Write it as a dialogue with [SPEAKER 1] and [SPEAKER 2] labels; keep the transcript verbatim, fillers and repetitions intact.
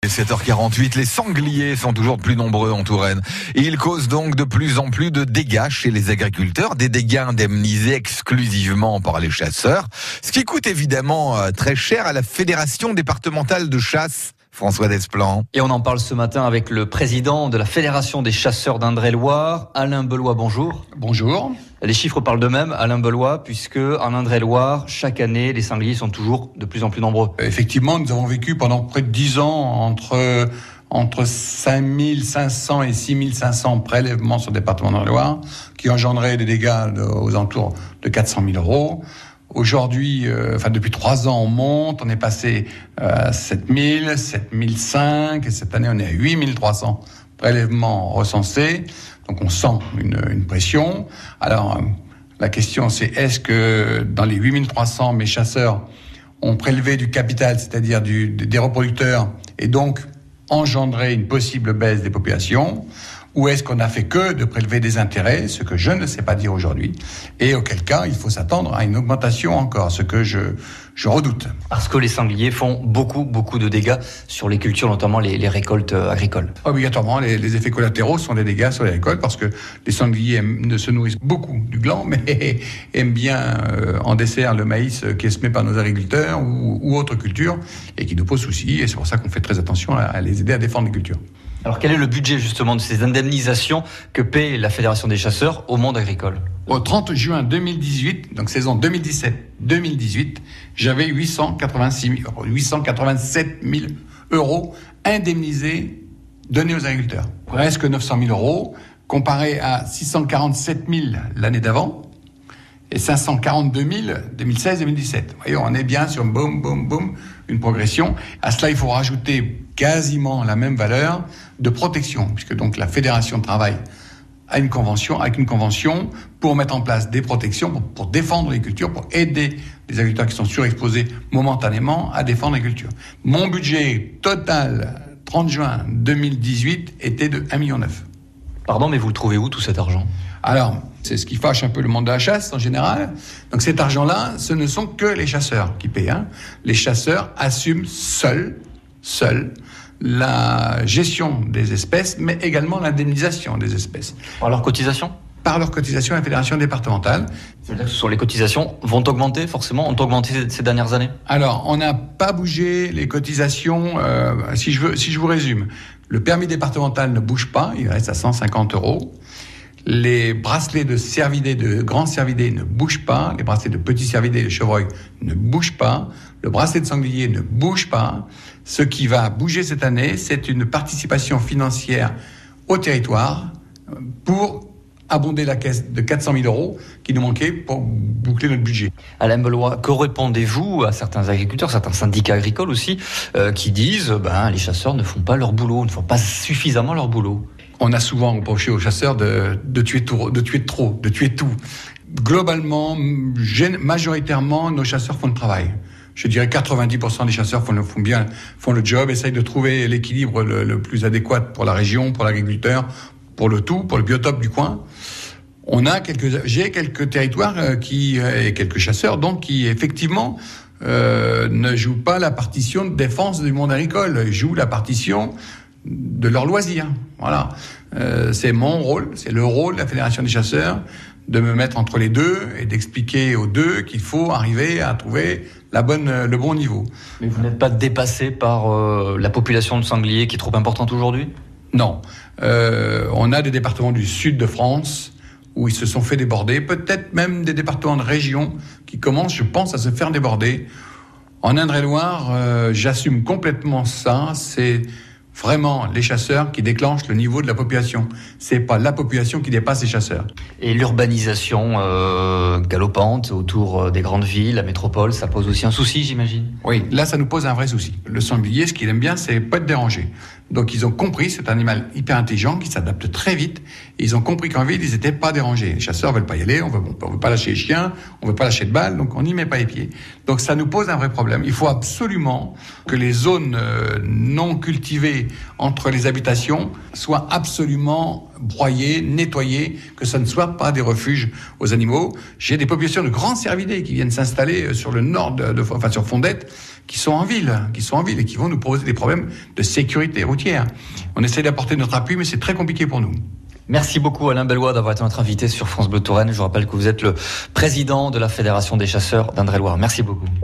[SPEAKER 1] est sept heures quarante-huit. Les sangliers sont toujours plus nombreux en Touraine. Et ils causent donc de plus en plus de dégâts chez les agriculteurs, des dégâts indemnisés exclusivement par les chasseurs, ce qui coûte évidemment très cher à la Fédération départementale de chasse. François Desplan.
[SPEAKER 2] Et on en parle ce matin avec le président de la Fédération des chasseurs d'Indre-et-Loire, Alain Belois, bonjour.
[SPEAKER 3] Bonjour.
[SPEAKER 2] Les chiffres parlent d'eux-mêmes, Alain Belois, puisque en Indre-et-Loire, chaque année, les sangliers sont toujours de plus en plus nombreux.
[SPEAKER 3] Effectivement, nous avons vécu pendant près de dix ans entre, entre cinq mille cinq cents et six mille cinq cents prélèvements sur le département d'Indre-et-Loire, qui engendraient des dégâts de, aux alentours de quatre cent mille euros. Aujourd'hui, euh, enfin depuis trois ans, on monte, on est passé à sept mille, sept mille cinq, et cette année on est à huit mille trois cents prélèvements recensés. Donc on sent une, une pression. Alors euh, la question c'est, est-ce que dans les huit mille trois cents, mes chasseurs ont prélevé du capital, c'est-à-dire du, des reproducteurs, et donc engendré une possible baisse des populations ? Ou est-ce qu'on a fait que de prélever des intérêts, ce que je ne sais pas dire aujourd'hui, et auquel cas il faut s'attendre à une augmentation encore, ce que je, je redoute.
[SPEAKER 2] Parce que les sangliers font beaucoup, beaucoup de dégâts sur les cultures, notamment les, les récoltes agricoles.
[SPEAKER 3] Obligatoirement, les, les effets collatéraux sont des dégâts sur les récoltes, parce que les sangliers aiment, ne se nourrissent beaucoup du gland, mais aiment bien euh, en dessert le maïs qui est semé par nos agriculteurs ou, ou autres cultures, et qui nous pose souci, et c'est pour ça qu'on fait très attention à, à les aider à défendre les cultures.
[SPEAKER 2] Alors quel est le budget justement de ces indemnisations que paie la Fédération des chasseurs au monde agricole ?
[SPEAKER 3] Au trente juin deux mille dix-huit, donc saison deux mille dix-sept deux mille dix-huit, j'avais huit cent quatre-vingt-sept mille euros indemnisés donnés aux agriculteurs. Presque neuf cent mille euros, comparé à six cent quarante-sept mille l'année d'avant et cinq cent quarante-deux mille deux mille seize deux mille dix-sept. Vous voyez, on est bien sur boum, boum, boum, une progression. À cela, il faut rajouter quasiment la même valeur de protection, puisque donc la Fédération travaille à une convention, avec une convention pour mettre en place des protections, pour, pour défendre les cultures, pour aider les agriculteurs qui sont surexposés momentanément à défendre les cultures. Mon budget total, trente juin deux mille dix-huit, était de un virgule neuf million.
[SPEAKER 2] Pardon, mais vous le trouvez où tout cet argent ?
[SPEAKER 3] Alors, c'est ce qui fâche un peu le monde de la chasse en général. Donc cet argent-là, ce ne sont que les chasseurs qui paient. Hein. Les chasseurs assument seuls, seuls, la gestion des espèces, mais également l'indemnisation des espèces.
[SPEAKER 2] Par leur cotisation ?
[SPEAKER 3] Par leur cotisation à la Fédération départementale.
[SPEAKER 2] C'est-à-dire que sur les cotisations vont augmenter forcément, ont augmenté ces dernières années ?
[SPEAKER 3] Alors, on n'a pas bougé les cotisations, euh, si, je veux, si je vous résume. Le permis départemental ne bouge pas, il reste à cent cinquante euros. Les bracelets de cervidés, de grands cervidés ne bougent pas. Les bracelets de petits cervidés, de chevreuils ne bougent pas. Le bracelet de sanglier ne bouge pas. Ce qui va bouger cette année, c'est une participation financière au territoire pour abonder la caisse de quatre cent mille euros qui nous manquait pour boucler notre budget.
[SPEAKER 2] Alain Belois, que répondez-vous à certains agriculteurs, certains syndicats agricoles aussi, euh, qui disent ben, les chasseurs ne font pas leur boulot, ne font pas suffisamment leur boulot ?
[SPEAKER 3] On a souvent reproché aux chasseurs de, de, tuer tout, de tuer trop, de tuer tout. Globalement, majoritairement, nos chasseurs font le travail. Je dirais quatre-vingt-dix pour cent des chasseurs font, le, font bien font le job, essayent de trouver l'équilibre le, le plus adéquat pour la région, pour l'agriculteur, pour le tout, pour le biotope du coin. On a quelques, j'ai quelques territoires qui, et quelques chasseurs donc qui effectivement euh, ne jouent pas la partition de défense du monde agricole, ils jouent la partition de leur loisir. Voilà. Euh, c'est mon rôle, c'est le rôle de la Fédération des chasseurs de me mettre entre les deux et d'expliquer aux deux qu'il faut arriver à trouver la bonne, le bon niveau.
[SPEAKER 2] Mais vous n'êtes pas dépassé par euh, la population de sangliers qui est trop importante aujourd'hui ?
[SPEAKER 3] Non. Euh, on a des départements du sud de France où ils se sont fait déborder, peut-être même des départements de région qui commencent, je pense, à se faire déborder. En Indre-et-Loire, euh, j'assume complètement ça, c'est vraiment les chasseurs qui déclenchent le niveau de la population. C'est pas la population qui dépasse les chasseurs.
[SPEAKER 2] Et l'urbanisation euh, galopante autour des grandes villes, la métropole, ça pose aussi un souci, j'imagine ?
[SPEAKER 3] Oui, là, ça nous pose un vrai souci. Le sanglier, ce qu'il aime bien, c'est pas être dérangé. Donc ils ont compris, c'est un animal hyper intelligent qui s'adapte très vite. Et ils ont compris qu'en ville, ils n'étaient pas dérangés. Les chasseurs veulent pas y aller, on veut, on veut pas lâcher les chiens, on veut pas lâcher de balles, donc on n'y met pas les pieds. Donc ça nous pose un vrai problème. Il faut absolument que les zones euh, non cultivées entre les habitations soient absolument broyées, nettoyées, que ça ne soit pas des refuges aux animaux. J'ai des populations de grands cervidés qui viennent s'installer sur le nord de, de enfin sur Fondette, qui sont en ville, qui sont en ville et qui vont nous poser des problèmes de sécurité routière. On essaie d'apporter notre appui, mais c'est très compliqué pour nous.
[SPEAKER 2] Merci beaucoup Alain Bellois d'avoir été notre invité sur France Bleu Touraine. Je vous rappelle que vous êtes le président de la Fédération des chasseurs d'Indre-et-Loire. Merci beaucoup.